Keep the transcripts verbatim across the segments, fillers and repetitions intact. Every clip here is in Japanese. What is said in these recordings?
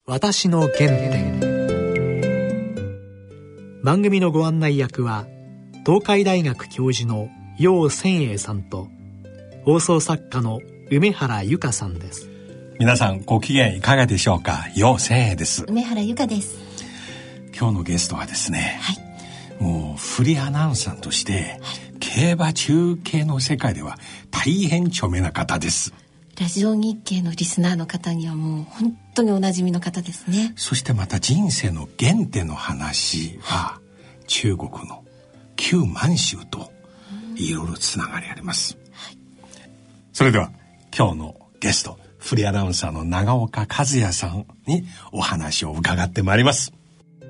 私の原点。番組のご案内役は東海大学教授の楊千栄さんと放送作家の梅原由香さんです。 皆さんご機嫌いかがでしょうか。楊千栄です。 梅原由香です。 今日のゲストはですね、 はい、 もうフリーアナウンサーとして、はい、競馬中継の世界では大変著名な方です。 ラジオ日経のリスナーの方にはもう本当におなじみの方ですね。 そしてまた人生の原点の話は中国の旧満州といろいろつながりあります、はい、それでは今日のゲストフリーアナウンサーの長岡和也さんにお話を伺ってまいります。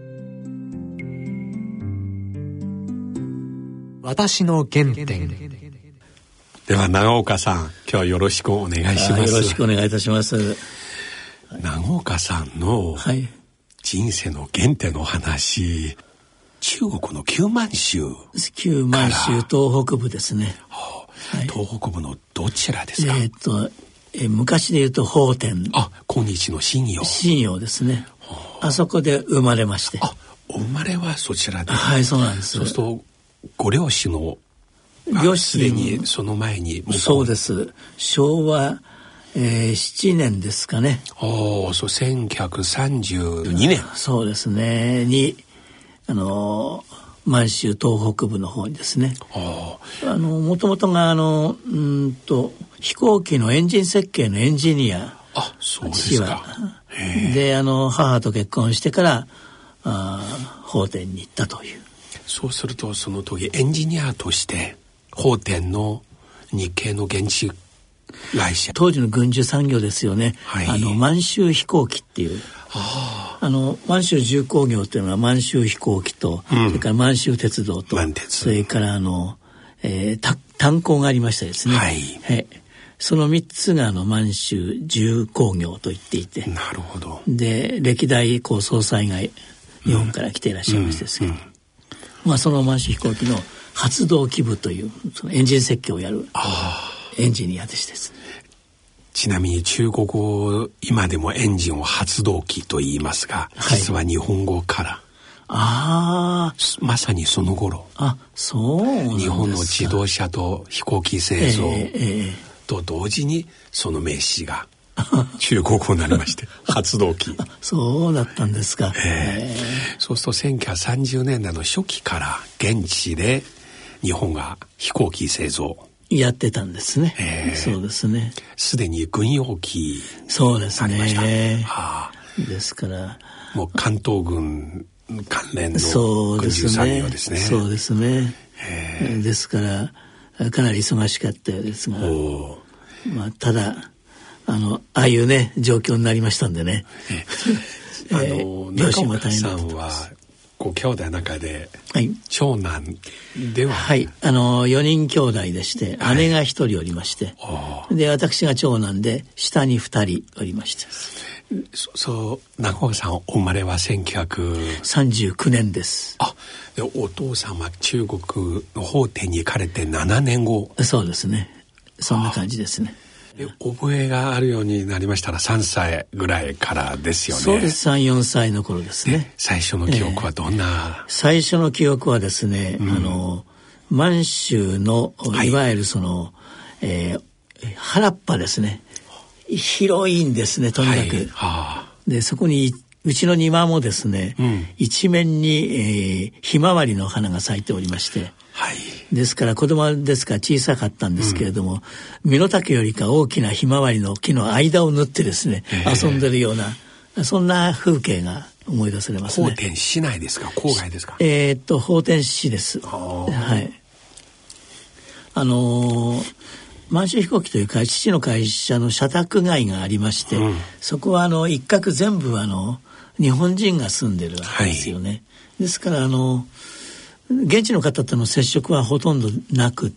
私の原点。 では長岡さん、今日はよろしくお願いします。 よろしくお願いいたします。 長岡さんの人生の原点の話、中国の旧満州。 旧満州東北部ですね、 はあ、はい、東北部のどちらですか。 えー、っとえ昔で言うと法天。 あ、今日の信陽。 信陽ですね、はあ、あそこで生まれまして。 あ、お生まれはそちらで。 はい、そうなんです。 そうするとご両親の両すでにその前にそうです。昭和、えー、しちねんですかね。 おー、そうせんきゅうひゃくさんじゅうにねん。 そうですねにあの満州東北部の方にですね、あのもともとがあのうんと飛行機のエンジン設計のエンジニア。 あ、そうですか。 で、あの母と結婚してからあ法天に行ったという。 そうするとその時エンジニアとして法天の日系の現地会社、 当時の軍需産業ですよね、はい、あの満州飛行機っていう、 はあ、 あの満州重工業っていうのは満州飛行機と、うん、それから満州鉄道と、それからあの、えー、炭鉱がありましたですね、 はいはい、そのみっつがあの満州重工業と言っていて。 なるほど。 で歴代こう総裁が日本から来ていらっしゃいましたですけど、うんうんうん、まあ、その満州飛行機の発動機部というそのエンジン設計をやるエンジニアでしてですね。 ちなみに中国語今でもエンジンを発動機と言いますが、はい、実は日本語から、 あまさにその頃、 あ、そうなんですか。 日本の自動車と飛行機製造と同時にその名詞が中国語になりまして発動機。 そうだったんですか、 えー、そうするとせんきゅうひゃくさんじゅうねんだいの初期から現地で日本が飛行機製造やってたんですね、 えー、 そうですね。 すでに軍用機そうですね、 はあ、 ですからもう関東軍関連の軍需産業ですね。 そうですね、えー、ですからかなり忙しかったようですが、まあ、ただあのああいうね状況になりましたんでね。 えー、あの中岡さんはご兄弟の中で長男では、 はい、あのよにん兄弟でして、はい、姉がひとりおりまして、で私が長男で下にふたりおりまして、 そそう中岡さんお生まれはせんきゅうひゃくさんじゅうきゅうねんです。 あ、でお父さんは中国の法廷に行かれてななねんご。 そうですね、そんな感じですね。 覚えがあるようになりましたらさんさいぐらいからですよね。 そうです、さん、よんさいの頃ですね。 最初の記憶はどんな、 えー、最初の記憶はですね、うん、あの満州のいわゆるその、はい、えー、原っぱですね、広いんですね、とにかく、はい、はあ、でそこにうちの庭もですね、うん、一面に、えー、ひまわりの花が咲いておりまして、 はい、 ですから子供ですから小さかったんですけれども、うん、身の丈よりか大きなひまわりの木の間を縫ってですね、遊んでるようなそんな風景が思い出されますね。 法天市内ですか、郊外ですか。 えー、っと法天市です。はい。あのー、満州飛行機という会父の会社の社宅街がありまして、うん、そこはあの一角全部あの日本人が住んでるわけですよね、はい、ですからあの現地の方との接触はほとんどなくって、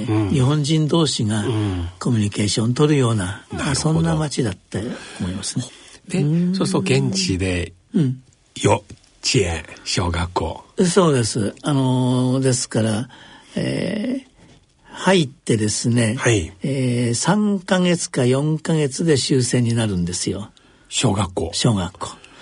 うん、日本人同士がコミュニケーションを取るような、うん、そんな街だったと思いますね。 で、そうすると現地で、うん、幼稚園、小学校。 そうです。あのですから、えー、入ってですね、 はい、 えー、さんかげつかよんかげつで終戦になるんですよ。 小学校。 小学校。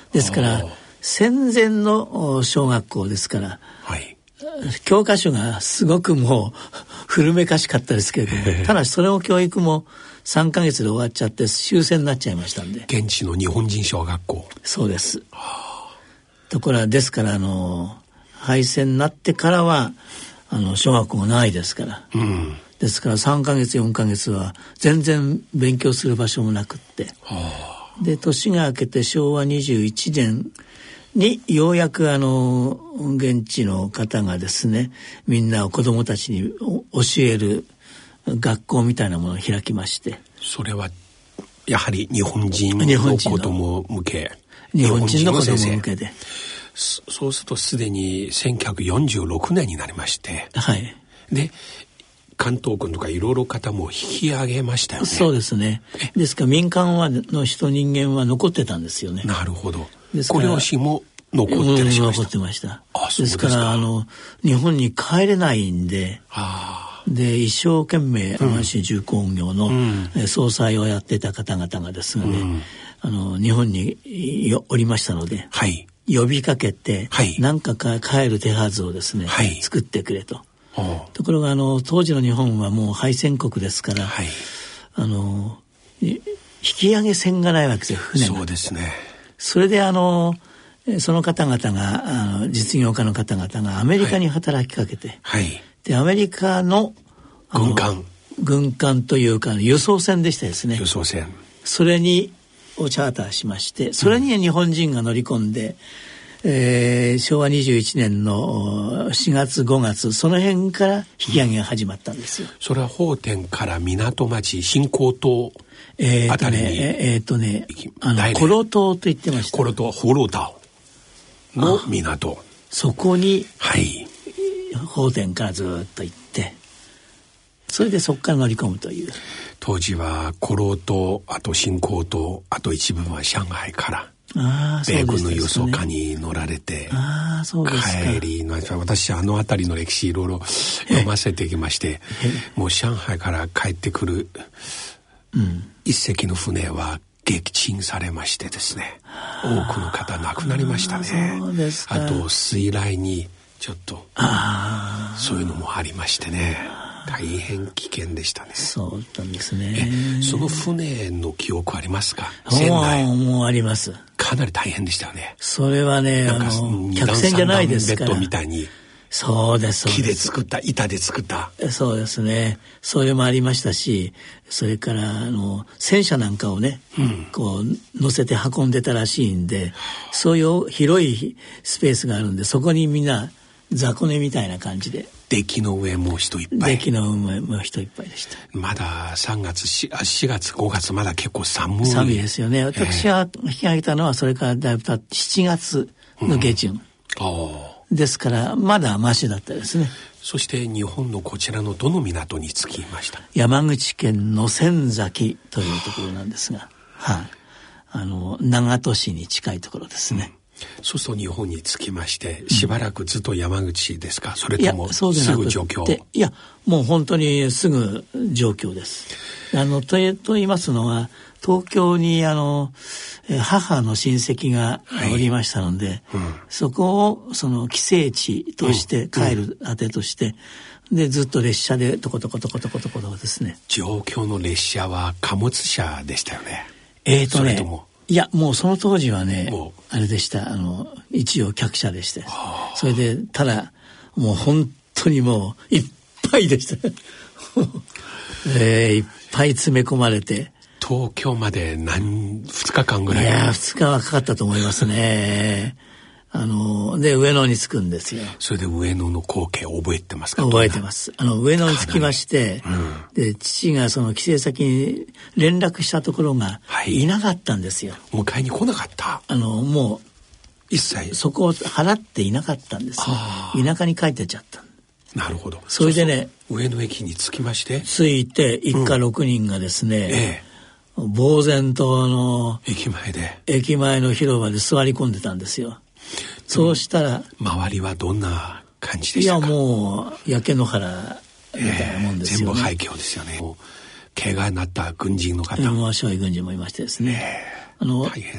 ですから戦前の小学校ですから、 はい、 教科書がすごくもう古めかしかったですけれども、ただそれを教育もさんかげつで終わっちゃって終戦になっちゃいましたんで。 現地の日本人小学校。 そうです。ところがですからあの敗戦になってからはあの小学校がないですから、うん、ですからさんかげつよんかげつは全然勉強する場所もなくって、で年が明けてしょうわにじゅういちねんにようやくあの現地の方がですね、みんなを子どもたちに教える学校みたいなものを開きまして。 それはやはり日本人の子ども向け。 日本人の子ども向けで。 そうするとすでにせんきゅうひゃくよんじゅうろくねんになりまして、 はい、 で関東軍とかいろいろ方も引き上げましたよね。 そうですね。ですから民間はの人人間は残ってたんですよね。 なるほど。ご両親も残ってらっしゃいました。 残ってました。 あ、そうですか。 ですからあの日本に帰れないんで、あで一生懸命阪神重工業の、うん、総裁をやってた方々がですね、うん、あの日本におりましたので、 はい、 呼びかけて、 はい、 何かか帰る手はずをですね、はい、作ってくれと。ところがあの当時の日本はもう敗戦国ですから、はい、あの引き上げ船がないわけですよ、船が。 そうですね。 それであのその方々があの実業家の方々がアメリカに働きかけて、 はいはい、 でアメリカの軍艦軍艦というか輸送船でしたですね。 輸送船。 それにをチャーターしまして、それに日本人が乗り込んで、うんえー、しょうわにじゅういちねんのしがつごがつその辺から引き上げが始まったんですよ。うん、 それは法典から港町新港島あたりにえー、っとね、えー、っとねあのコロ島と言ってました。 コロ島ホロタオの港、 そこに、 はい、 法典からずっと行って、それでそこから乗り込むという。 当時はコロ島、あと新港島、あと一部は上海からあ米軍の輸送艦に乗られて、 あそうですか。 帰りの私あの辺りの歴史いろいろ読ませてきまして、もう上海から帰ってくる、うん、一隻の船は撃沈されましてですね、多くの方亡くなりましたね。 そうですか。 あと水雷にちょっとあそういうのもありましてね、大変危険でしたね。 そうだったんですね。 えその船の記憶ありますか？仙台もうあります。 かなり大変でしたよね。 それはね、あの客船じゃないですから。 ベッドみたいにそうですそうです。 木で作った板で作った。 そうですね。それもありましたし、それからあの戦車なんかをね、うん、こう乗せて運んでたらしいんで、そういう広いスペースがあるんで、そこにみんな雑魚寝みたいな感じで。 デッキの上もう人いっぱい。 デッキの上もう人いっぱいでした。 まださんがつ、しがつ、ごがつまだ結構寒い。 寒いですよね。私は引き上げたのはそれからだいぶ経ってしちがつの下旬。うん、ですからまだマシだったですね。 そして日本のこちらのどの港に着きました？ 山口県の仙崎というところなんですが、はい、あの長門市に近いところですね。うんそうすると日本に着きましてしばらくずっと山口ですか、うん、それともすぐ上京？ いやもう本当にすぐ上京です。あのと言いますのは東京にあの母の親戚がおりましたので、はいうん、そこをその帰省地として帰るあてとして、うん、でずっと列車でトコトコトコトコトコトコですね。 上京の列車は貨物車でしたよね？ えーとねそれともいやもうその当時はねあれでした、あの一応客車でして、それでただもう本当にもういっぱいでした、えー、いっぱい詰め込まれて東京まで何ふつかかんぐらい。 いやふつかはかかったと思いますね。あので上野に着くんですよ。それで上野の光景覚えてますか？ 覚えてます。あの上野に着きまして、うん、で父がその帰省先に連絡したところがいなかったんですよ。 はい、迎えに来なかった。 あのもう一切そこを払っていなかったんですね。田舎に帰ってっちゃった。 なるほど。 それでねそうそう上野駅に着きまして着いて一家六人がですね、うんええ、呆然との駅前で駅前の広場で座り込んでたんですよ。そうしたら周りはどんな感じでしたか？ いやもう焼け野原みたいなもんですよね。 えー、全部廃墟ですよね。もう怪我になった軍人の方も少尉軍人もいましてですね、 えー、 あの大変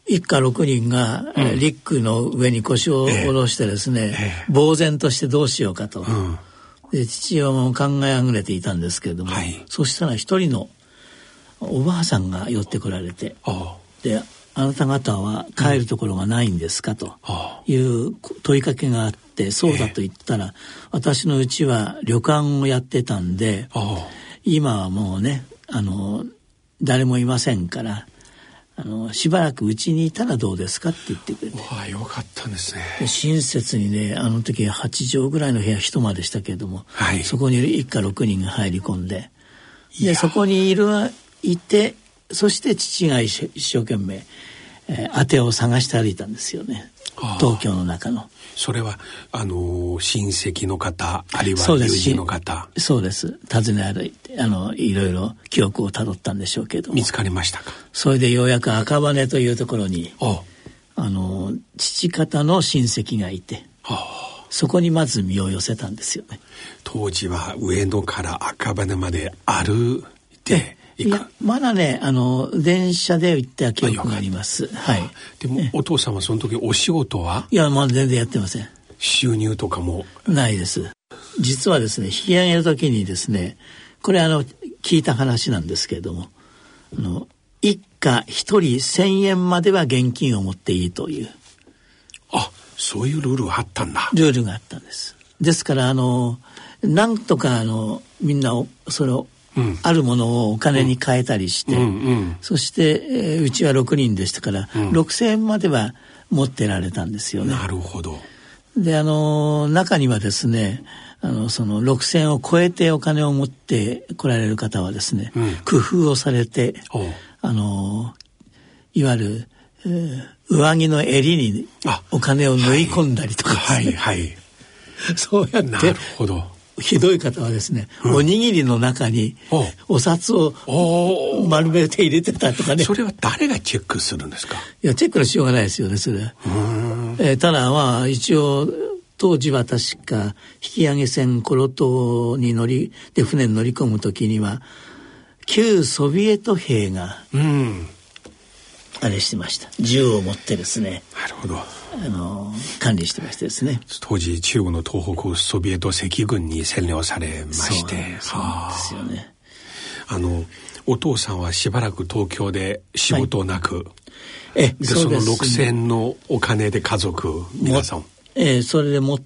一家ろくにんが、うん、リックの上に腰を下ろしてですね、えー、呆然としてどうしようかと、うん、で父はもう考えあぐれていたんですけれども、はい、そしたら一人のおばあさんが寄ってこられて、であなた方は帰るところがないんですか、うん、という問いかけがあって、そうだと言ったら、えー、私のうちは旅館をやってたんで、今はもうねあの誰もいませんからあのしばらくうちにいたらどうですかって言ってくれて、 わあよかったですね。 で親切にね、あの時はち畳ぐらいの部屋一間でしたけれども、はい、そこに一家ろくにんが入り込んで、でそこにいるいて、そして父が一生懸命、えー、当てを探して歩いたんですよね、東京の中の。 それはあの親戚の方あるいは友人の方。 そうです。訪ね歩いてあのいろいろ記憶をたどったんでしょうけども、 見つかりましたか？ それでようやく赤羽というところにあの父方の親戚がいて、そこにまず身を寄せたんですよね。 当時は上野から赤羽まで歩いていやまだねあの電車で行った記憶があります。はい。 でもお父さんはその時お仕事は？ いやまだ全然やってません。 収入とかもないです。実はですね引き上げる時にですね、これあの聞いた話なんですけれども、あの一家一人千円までは現金を持っていいという、 あそういうルールがあったんだ。 ルールがあったんです。ですからあのなんとかあのみんなをそれをうん、あるものをお金に変えたりして、うんうんうん、そして、えー、うちはろくにんでしたから、うん、ろくせんえんまでは持ってられたんですよね。 なるほど。 であの中にはですねあのそのろくせんえんを超えてお金を持って来られる方はですね、うん、工夫をされてあのいわゆる、えー、上着の襟にお金を縫い込んだりとかですね、はいはいはい、そうやってなるほどひどい方はですね、うん、おにぎりの中にお札を丸めて入れてたとかね。 それは誰がチェックするんですか？ いやチェックのしようがないですよねそれは。えー、ただまあ一応当時は確か引き上げ船コロ島に乗りで船に乗り込む時には旧ソビエト兵があれしてました、銃を持ってですね。 なるほど。 あの管理してましてですね。 当時中国の東北ソビエト赤軍に占領されまして、 そうなんですよね。 あのお父さんはしばらく東京で仕事なく、はい、 えでそのろくせんえんのお金で家族皆さん、 えー、それで持って、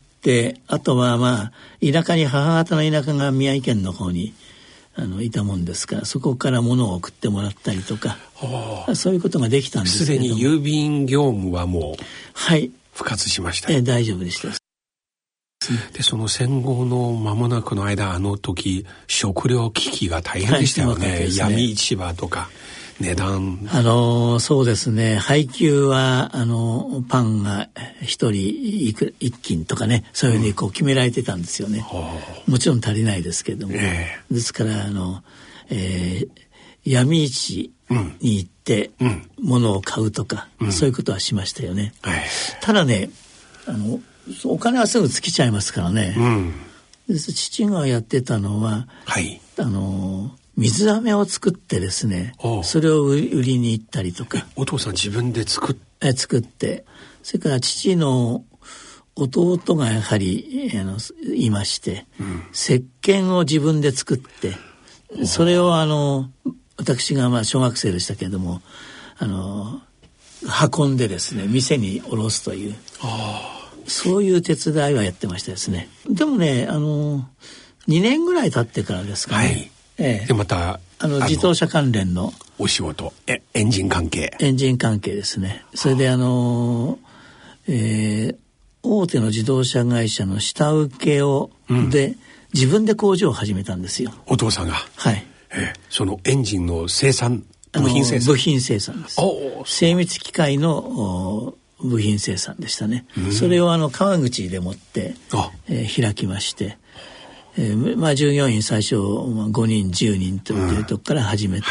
あとはまあ田舎に母方の田舎が宮城県の方にあのいたもんですから、そこから物を送ってもらったりとか、そういうことができたんですけども、 すでに郵便業務はもうはい復活しました、 えー、大丈夫でした。 でその戦後の間もなくの間、あの時食料危機が大変でしたよね、はい、闇市場とか値段あのそうですね、配給はあのパンが一人いく一斤とかね、そういうふうにこう決められてたんですよね、うん、もちろん足りないですけれども、えー、ですからあの、えー、闇市に行って物を買うとか、うん、そういうことはしましたよね、うん、ただねあのお金はすぐ尽きちゃいますからね、うん、です父がやってたのは、はい、あの水飴を作ってですね、それを売りに行ったりとか。 お父さん自分で作っえ作ってそれから父の弟がやはりあのいまして、うん、石鹸を自分で作ってそれをあの私がまあ小学生でしたけれどもあの運んでですね店に卸すというそういう手伝いはやってましたですね。でもねあのにねんぐらい経ってからですかね、はい、ええ、 でまたあの自動車関連のお仕事えエンジン関係エンジン関係ですね。それであの、えー、大手の自動車会社の下請けを、うん、で自分で工場を始めたんですよ、 お父さんが。 はい、 えー、そのエンジンの生産部品生産部品生産です。精密機械の部品生産でしたね、うん、それをあの川口でもって、えー、開きまして、えーまあ、従業員最初ごにんじゅうにんというところから始めて、うんはい、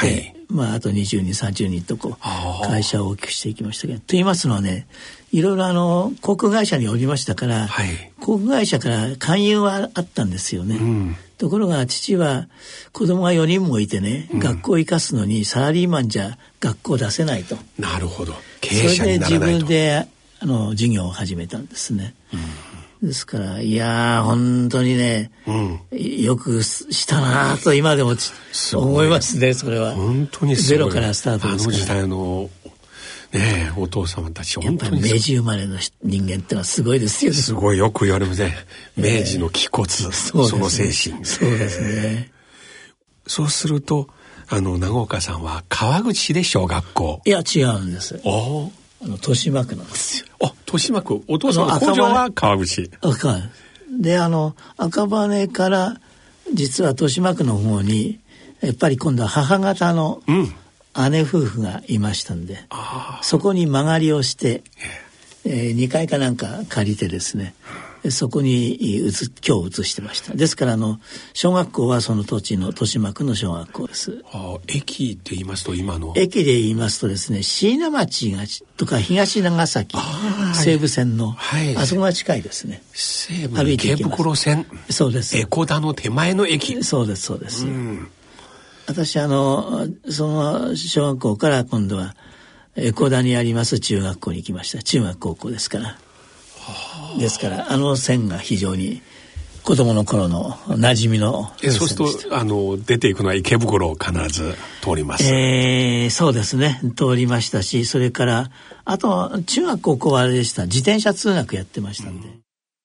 まあ、あとにじゅうにんさんじゅうにんとこう会社を大きくしていきましたけど、と言いますのはね、いろいろあの航空会社におりましたから、はい、航空会社から勧誘はあったんですよね、うん、ところが父は子供がよにんもいてね、うん、学校行かすのにサラリーマンじゃ学校出せないと。 なるほど、経営者にならないと。それで自分であの事業を始めたんですね、うん、ですからいやー本当にね、うん、よくしたなと今でも思いますね。それは本当にゼロからスタートですから。 あの時代のねえお父様たち本当にやっぱり明治生まれの人間ってのはすごいですよね。 すごいよく言われますね、明治の気骨、えー、そ, その精神。 そうですね。 そうするとあの長岡さんは川口市で小学校。 いや違うんです。 おあの豊島区なんですよ。 あ、豊島区。お父さんの工場は川口。 赤羽で、あの赤羽から実は豊島区の方にやっぱり今度は母方の姉夫婦がいましたんで、うん、そこに間借りをして、えー、にかいかなんか借りてですね、そこに移今日移してました。ですからあの小学校はその土地の豊島区の小学校です。 あ、駅って言いますと今の駅で言いますとですね、椎名町がとか東長崎西武線の あ,、はい、あそこが近いですね。 西武池袋線。 そうです。 江古田の手前の駅。 そうですそうです、うん、私あのその小学校から今度は江古田にあります中学校に行きました。中学高校ですから。ですからあの線が非常に子供の頃の馴染みの線でした。 そうするとあの出ていくのは池袋を必ず通ります。 えー、そうですね、通りましたし、それからあと中学高校はあれでした、自転車通学やってましたんで、うん、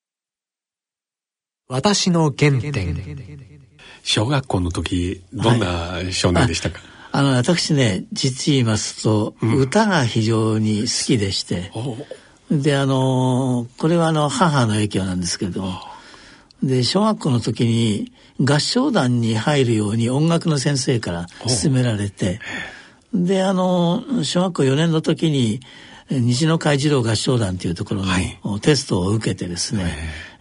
私の原点。 小学校の時どんな少年でしたか？ はい、あ, あの私ね、実言いますと、うん、歌が非常に好きでして、であのこれはあの母の影響なんですけれども、で小学校の時に合唱団に入るように音楽の先生から勧められて、であの小学校よねんの時に西の海児童合唱団というところのテストを受けてですね、はい、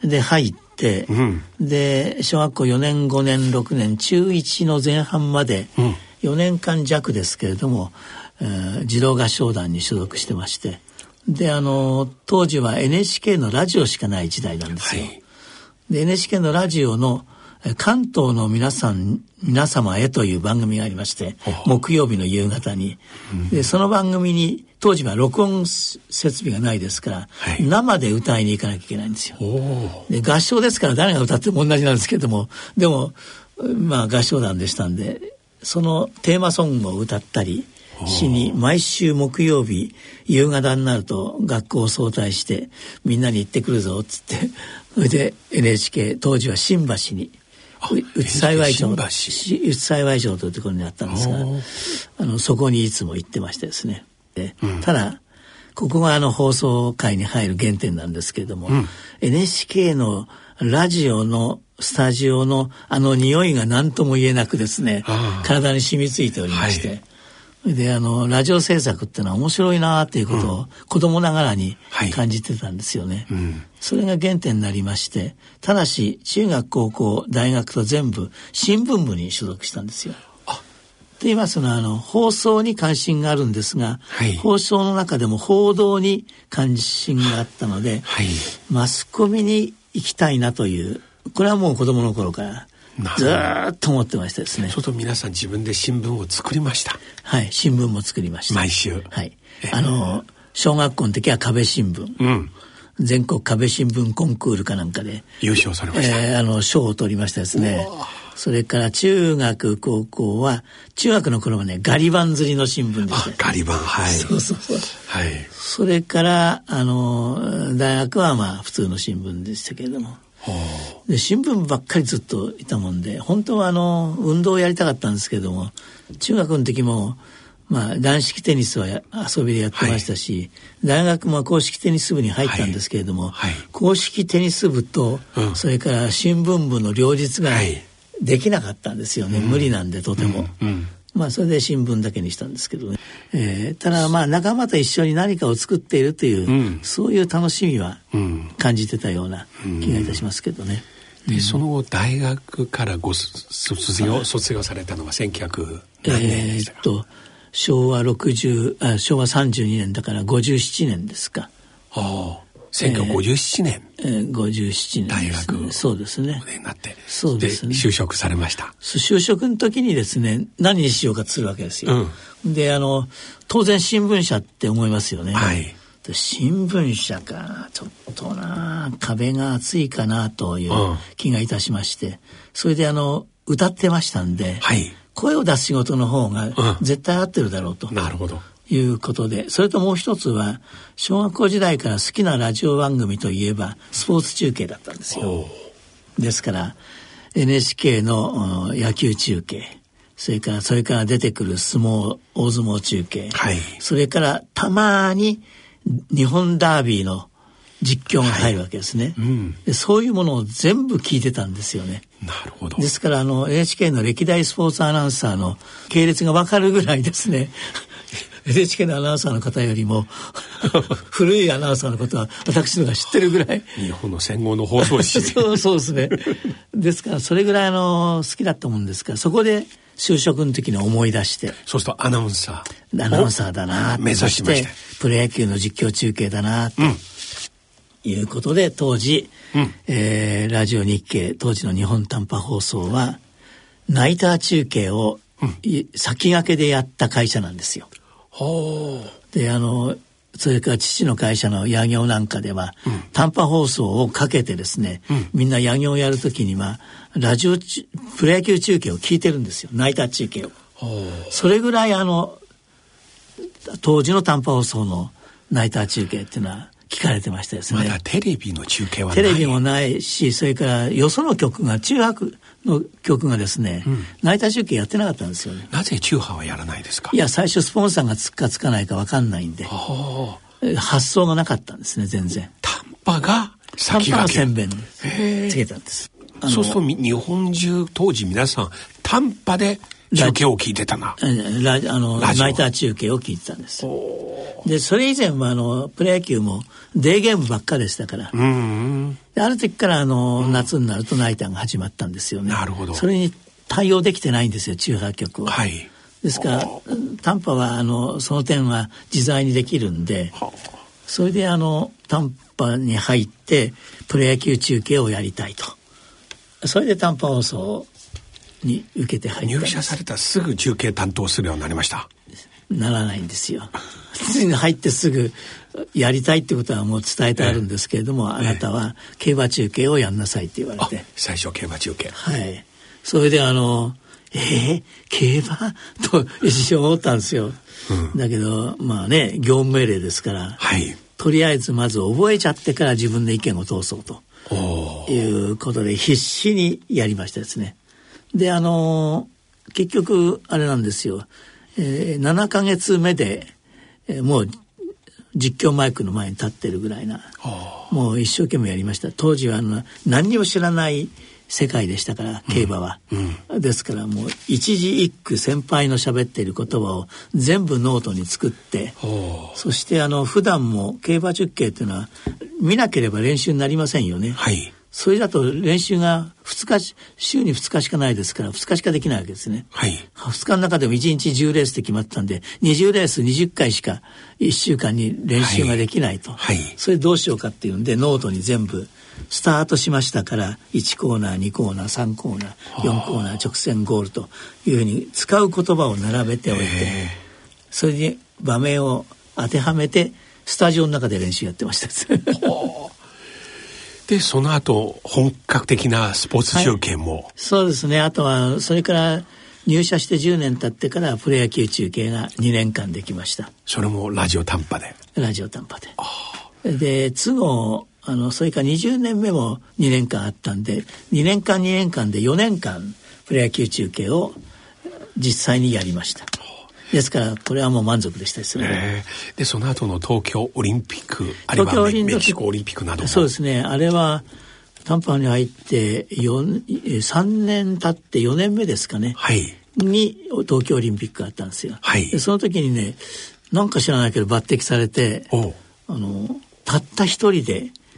で入って、うん、で小学校よねんごねんろくねん中いちの前半までよねんかん弱ですけれども、えー、児童合唱団に所属してまして、であの当時は エヌエイチケー のラジオしかない時代なんですよ、はい、で エヌエイチケー のラジオの関東の皆さん皆様へという番組がありまして、木曜日の夕方に、うん、でその番組に当時は録音設備がないですから、はい、生で歌いに行かなきゃいけないんですよ。で合唱ですから誰が歌っても同じなんですけども、でもまあ合唱団でしたんで、そのテーマソングを歌ったりしに毎週木曜日夕方になると学校を早退してみんなに行ってくるぞっつって、それで エヌエイチケー 当時は新橋に内幸町内幸町というところにあったんですが、あのそこにいつも行ってましてですね、で、うん、ただここがあの放送会に入る原点なんですけれども、うん、エヌエイチケー のラジオのスタジオのあの匂いが何とも言えなくですね、体に染みついておりまして、はい、であのラジオ制作っていうのは面白いなっていうことを子供ながらに感じてたんですよね、はい、うん、それが原点になりまして、ただし中学高校大学と全部新聞部に所属したんですよ。と言いますのはあの放送に関心があるんですが、はい、放送の中でも報道に関心があったので、はい、マスコミに行きたいなという、これはもう子供の頃からずーっと思ってましたですね。 ちょっと皆さん自分で新聞を作りました？ はい、新聞も作りました。 毎週。 はい。あの小学校の時は壁新聞、うん、全国壁新聞コンクールかなんかで優勝されました。 えー、あの賞を取りましたですね。それから中学高校は中学の頃はねガリ版釣りの新聞でした。 あ、ガリ版、はい。 そうそうそう。 はい。 それからあの大学はまあ普通の新聞でしたけれども。で新聞ばっかりずっといたもんで、本当はあの運動をやりたかったんですけども、中学の時もまあ軟式テニスは遊びでやってましたし、はい、大学も硬式テニス部に入ったんですけれども、はいはい、硬式テニス部と、うん、それから新聞部の両立ができなかったんですよね、はい、無理なんでとても、うんうん、まあそれで新聞だけにしたんですけどね、えー、ただまあ仲間と一緒に何かを作っているという、うん、そういう楽しみは感じてたような気がいたしますけどね、 で、うん、その後大学からご卒業卒業されたのはせんきゅうひゃく何年でしたか？ えー、っと昭和ろくじゅうあ昭和さんじゅうにねんだからごじゅうななねんですか。 ああ、せんきゅうひゃくごじゅうななねん、 えーえー、ごじゅうななねん、 大学そうですね。 お出になってそうですね。 で就職されました。 就職の時にですね、何にしようかとするわけですよ、うん、であの当然新聞社って思いますよね。 はい。 新聞社かちょっとな壁が厚いかなという気がいたしまして、うん、それであの歌ってましたんで、はい、声を出す仕事の方が絶対合ってるだろうと、うん、なるほどいうことで、それともう一つは小学校時代から好きなラジオ番組といえばスポーツ中継だったんですよ。ですから エヌエイチケー の野球中継、それからそれから出てくる相撲大相撲中継、はい、それからたまに日本ダービーの実況が入るわけですね、はい、うん、でそういうものを全部聞いてたんですよね。 なるほど。 ですからあの エヌエイチケー の歴代スポーツアナウンサーの系列が分かるぐらいですねエヌエイチケー のアナウンサーの方よりも古いアナウンサーのことは私のが知ってるぐらい日本の戦後の放送史そうそうですね。ですからそれぐらいあの好きだったもんですから、そこで就職の時に思い出して、 そうするとアナウンサーアナウンサーだな、 目指しまして、 プロ野球の実況中継だなと、うん、いうことで当時、うん、えー、ラジオ日経当時の日本短波放送はナイター中継を、うん、先駆けでやった会社なんですよ。ほう。であのそれから父の会社の野業なんかでは、うん、短波放送をかけてですね、うん、みんな野業をやるときにはラジオプロ野球中継を聞いてるんですよ、ナイター中継を。それぐらいあの当時の短波放送のナイター中継っていうのは聞かれてましたですね。 まだテレビの中継はない。 テレビもないし、それからよその局が中波の局がですね、うん、ナイター中継やってなかったんですよね。 なぜ中波はやらないですか？ いや最初スポンサーがつくかつかないか分かんないんで発想がなかったんですね。全然短波が先駆け、 短波の宣伝でつけたんです。 そうすると日本中当時皆さん短波で中継を聞いてたな。 ララあのナイター中継を聞いてたんです。でそれ以前はあのプロ野球もデーゲームばっかでしたから、うんうん、である時からあの、うん、夏になるとナイターが始まったんですよね。 なるほど。 それに対応できてないんですよ中波局は、はい、ですから短波はあのその点は自在にできるんで、それであの短波に入ってプロ野球中継をやりたいと、それで短波放送に受けて入ったんです。 入社されたらすぐ中継担当するようになりました？ ならないんですよ。入ってすぐやりたいってことはもう伝えてあるんですけれども、ええ、あなたは競馬中継をやんなさいって言われて、 最初競馬中継、 はい、それであのえー、競馬と一瞬思ったんですよ、うん、だけどまあね業務命令ですから、はい、とりあえずまず覚えちゃってから自分で意見を通そうということで必死にやりましたですね。であの結局あれなんですよ、えー、ななかげつめで、えー、もう実況マイクの前に立ってるぐらいな、もう一生懸命やりました。当時はあの何にも知らない世界でしたから競馬は、うんうん、ですからもう一字一句先輩の喋っている言葉を全部ノートに作って、そしてあの普段も競馬中継っていうのは見なければ練習になりませんよね、はい、それだと練習がふつか週にふつかしかないですからふつかしかできないわけですね、はい、ふつかの中でもいちにちじゅうレースって決まったんでにじゅうレースにじゅっかいしかいっしゅうかんに練習ができないと、はいはい、それどうしようかっていうんでノートに全部スタートしましたからいちコーナーにコーナーさんコーナーよんコーナー直線ゴールというふうに使う言葉を並べておいて、それに場面を当てはめてスタジオの中で練習やってましたでその後本格的なスポーツ中継も、はい、 そうですね。あとはそれから入社してじゅうねん経ってからプロ野球中継がにねんかんできました。 それもラジオ短波でラジオ短波でで都合あのそれからにじゅうねんめもにねんかんあったんでにねんかんにねんかんでよねんかんプロ野球中継を実際にやりました。ですからこれはもう満足でしたですね、 えー、でその後の東京オリンピックあるいはメキシコオリンピックなどそうですね。あれは短波に入ってさんねん経ってよねんめですかね、はい、に東京オリンピックがあったんですよ、はい、でその時にねなんか知らないけど抜擢されてあのたった一人で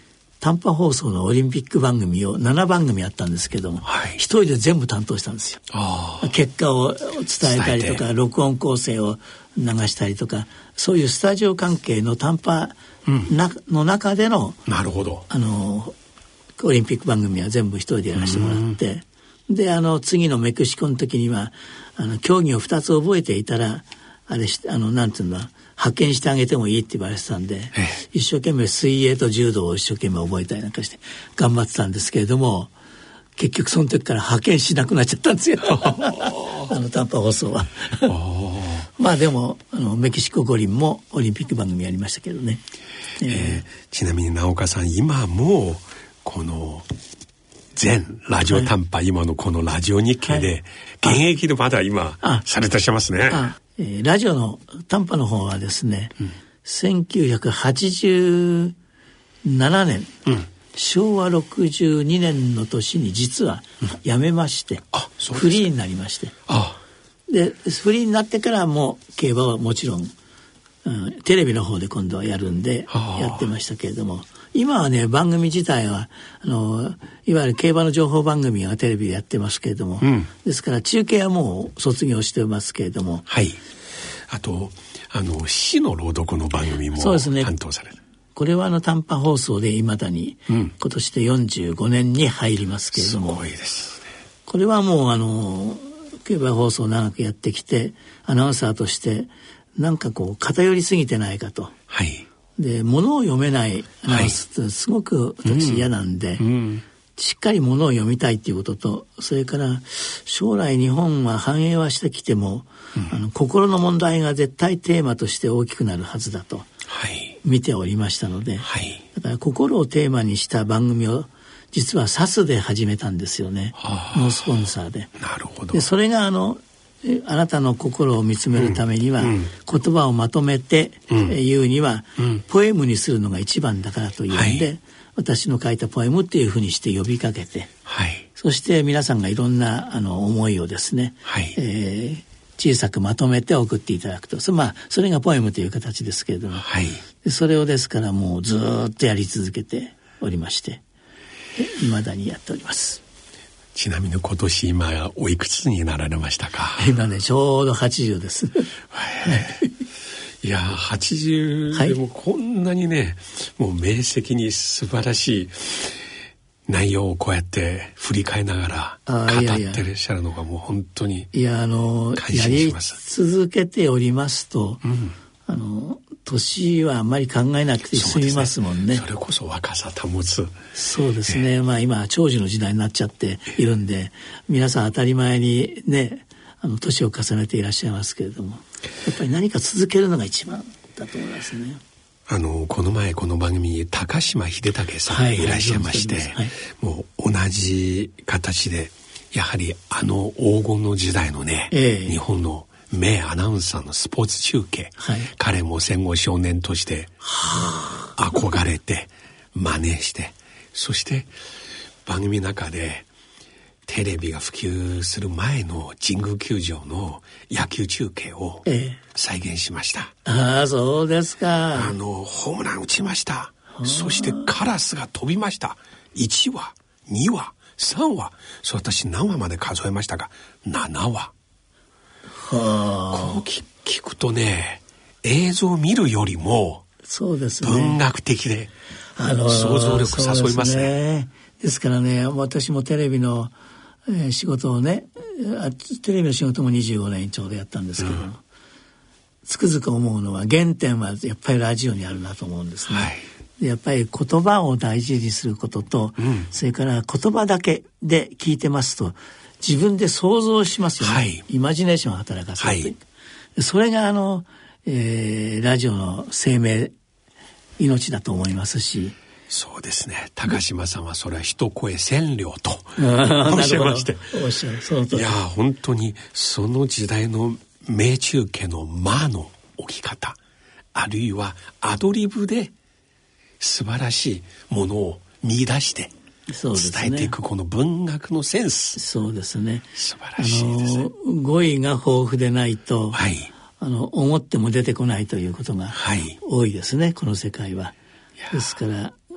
短波放送のオリンピック番組をななばんぐみあったんですけども、はい、一人で全部担当したんですよ。結果を伝えたりとか録音構成を流したりとか、そういうスタジオ関係の短波な、うん、の中でのなるほど、 あのオリンピック番組は全部一人でやらせてもらって、であの次のメキシコの時にはあの競技をふたつ覚えていたらあれあのなんていうんだ派遣してあげてもいいって言われてたんで、一生懸命水泳と柔道を一生懸命覚えたりなんかして頑張ってたんですけれども、結局その時から派遣しなくなっちゃったんですよあの短波放送はまあでもあのメキシコ五輪もオリンピック番組やりましたけどね、 えーえー、ちなみに直岡さん、今もうこの全ラジオ短波、はい、今のこのラジオ日経で、はい、現役でまだ今されてらっしゃいますね。 あえー、ラジオの短波の方はですね、うん、せんきゅうひゃくはちじゅうななねん、うん、しょうわろくじゅうにねんの年に実は辞めまして、うん、あ、そうですか。フリーになりまして、あでフリーになってからも競馬はもちろん、うん、テレビの方で今度はやるんでやってましたけれども、今はね番組自体はあのいわゆる競馬の情報番組がテレビでやってますけれども、うん、ですから中継はもう卒業してますけれども、 はい、あとあの詩の朗読の番組も担当される、ね、 これはあの短波放送でいまだに、うん、今年でよんじゅうごねんに入りますけれども、 すごいですね。 これはもうあの競馬放送を長くやってきてアナウンサーとしてなんかこう偏りすぎてないかと、はい、で物を読めないアナウンスってすごく私嫌なんで、はい、うんうん、しっかり物を読みたいっていうことと、それから将来日本は繁栄はしてきても、うん、あの心の問題が絶対テーマとして大きくなるはずだと見ておりましたので、はい、だから心をテーマにした番組を実はサスで始めたんですよね、ノースポンサーで。 なるほど。 でそれがあのあなたの心を見つめるためには、うん、言葉をまとめて、うん、言うには、うん、ポエムにするのが一番だからというんで、はい、私の書いたポエムっていうふうにして呼びかけて、はい、そして皆さんがいろんなあの思いをですね、はい、えー、小さくまとめて送っていただくと、そ, まあ、それがポエムという形ですけれども、はい、でそれをですからもうずっとやり続けておりまして、いまだにやっております。 ちなみに今年今おいくつになられましたか？ 今ねちょうどはちじゅうですいやはちじゅうでもこんなにね、はい、もう明晰に素晴らしい内容をこうやって振り返りながら語ってらっしゃるのがもう本当にいやあのやり続けておりますと、うん、あの年はあんまり考えなくて済みますもんね。 それこそ若さ保つ。 そうですね、えー、まあ今長寿の時代になっちゃっているんで皆さん当たり前にねあの年を重ねていらっしゃいますけれども、やっぱり何か続けるのが一番だと思いますね。 あのこの前この番組に高島秀武さんがいらっしゃいまして、はいはい、もう同じ形でやはりあの黄金の時代のね、えー、日本の名アナウンサーのスポーツ中継、はい、彼も戦後少年として憧れて真似して、そして番組の中でテレビが普及する前の神宮球場の野球中継を再現しました、 えー、ああそうですか。 あのホームラン打ちました。そしてカラスが飛びました。いちわにわさんわ、そう私何話まで数えましたがななわ。はあ、こう聞くとね映像を見るよりもそうですね、 文学的で想像力誘いますね。 ですね。ですからね私もテレビの、えー、仕事をねテレビの仕事もにじゅうごねんちょうどやったんですけど、うん、つくづく思うのは原点はやっぱりラジオにあるなと思うんですね、はい、でやっぱり言葉を大事にすることと、うん、それから言葉だけで聞いてますと自分で想像しますよね、はい、イマジネーションを働かせる、はい、それがあの、えー、ラジオの生命命だと思いますし。 そうですね、高島さんはそれは一声千両とおっしゃいましておっしゃるそうといや本当にその時代の名中継の間の置き方、あるいはアドリブで素晴らしいものを見出して伝えていくこの文学のセンス。 そうですね、 素晴らしいですね。 あの語彙が豊富でないと、はい、あの思っても出てこないということが多いですね、はい、この世界は。ですから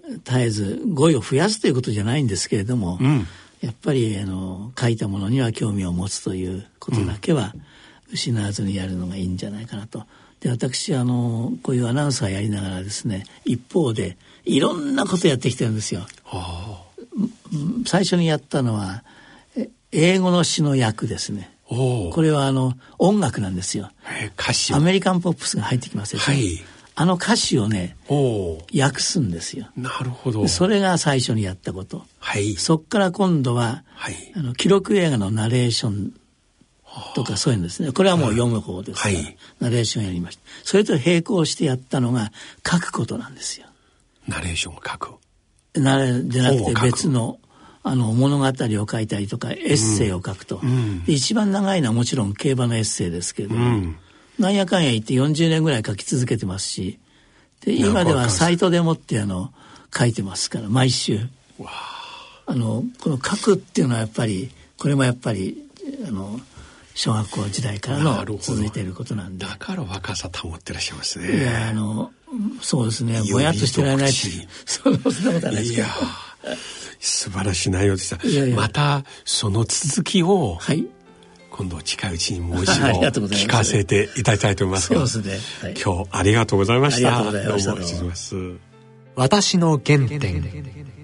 絶えず語彙を増やすということじゃないんですけれども、うん、やっぱりあの書いたものには興味を持つということだけは失わずにやるのがいいんじゃないかなと。で、私あのこういうアナウンサーやりながらですね、一方でいろんなことやってきてるんですよ。最初にやったのは英語の詩の訳ですね。これはあの音楽なんですよ。 歌詞アメリカンポップスが入ってきますよね、はい、あの歌詞をね訳すんですよ。 なるほど。 それが最初にやったこと、 はい、 そっから今度は、はい、あの記録映画のナレーションとかそういうんですね。これはもう読む方ですから、はい、ナレーションやりました。それと並行してやったのが書くことなんですよ。 ナレーションを書くなれでなくて別のあの物語を書いたりとかエッセイを書くと、うん、で一番長いのはもちろん競馬のエッセイですけれども、うん、なんやかんや言ってよんじゅうねんぐらい書き続けてますし、で今ではサイトでもってあの書いてますから毎週。わあのこの書くっていうのはやっぱりこれもやっぱりあの小学校時代からの続いていることなんで。 だから若さ保ってらっしゃいますね。 いやあのそうですね、ぼやっとしてられないってそんなことはないですけど。いや素晴らしい内容でした。いやいやまたその続きを、はい、今度近いうちにもう一度聞かせていただきたいと思いますが、 そうですね、はい、 今日ありがとうございました。 ありがとうございました。 どうも失礼します。 私の原点。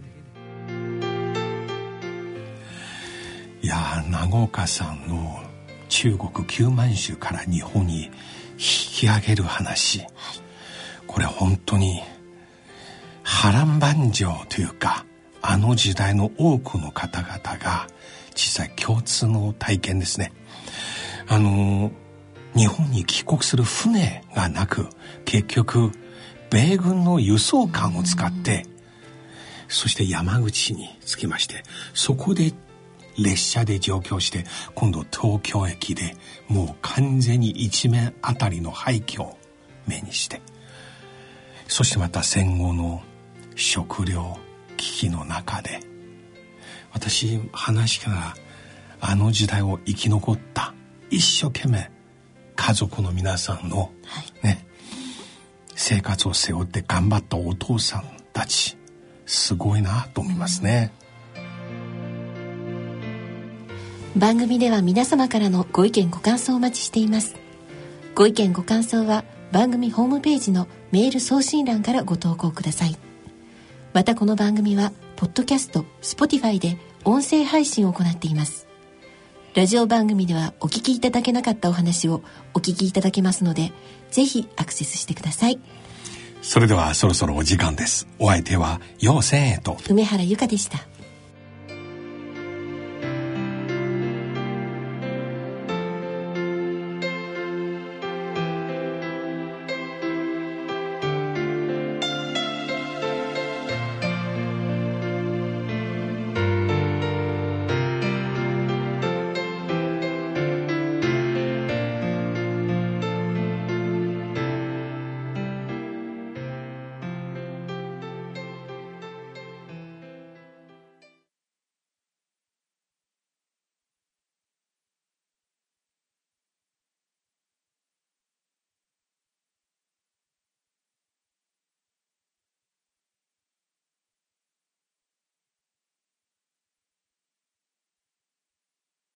いや長岡さんの中国旧満州から日本に引き上げる話、はい、これ本当に波乱万丈というか、あの時代の多くの方々が実際共通の体験ですね。あの日本に帰国する船がなく、結局米軍の輸送艦を使って、そして山口に着きまして、そこで列車で上京して、今度東京駅でもう完全に一面あたりの廃墟を目にして、そしてまた戦後の食糧危機の中で、私話からあの時代を生き残った一生懸命家族の皆さんの、ね、はい、生活を背負って頑張ったお父さんたち、すごいなと思いますね。 番組では皆様からのご意見ご感想をお待ちしています。ご意見ご感想は番組ホームページのメール送信欄からご投稿ください。またこの番組はポッドキャスト、Spotify で音声配信を行っています。ラジオ番組ではお聞きいただけなかったお話をお聞きいただけますので、ぜひアクセスしてください。 それではそろそろお時間です。お相手は陽千恵と梅原由香でした。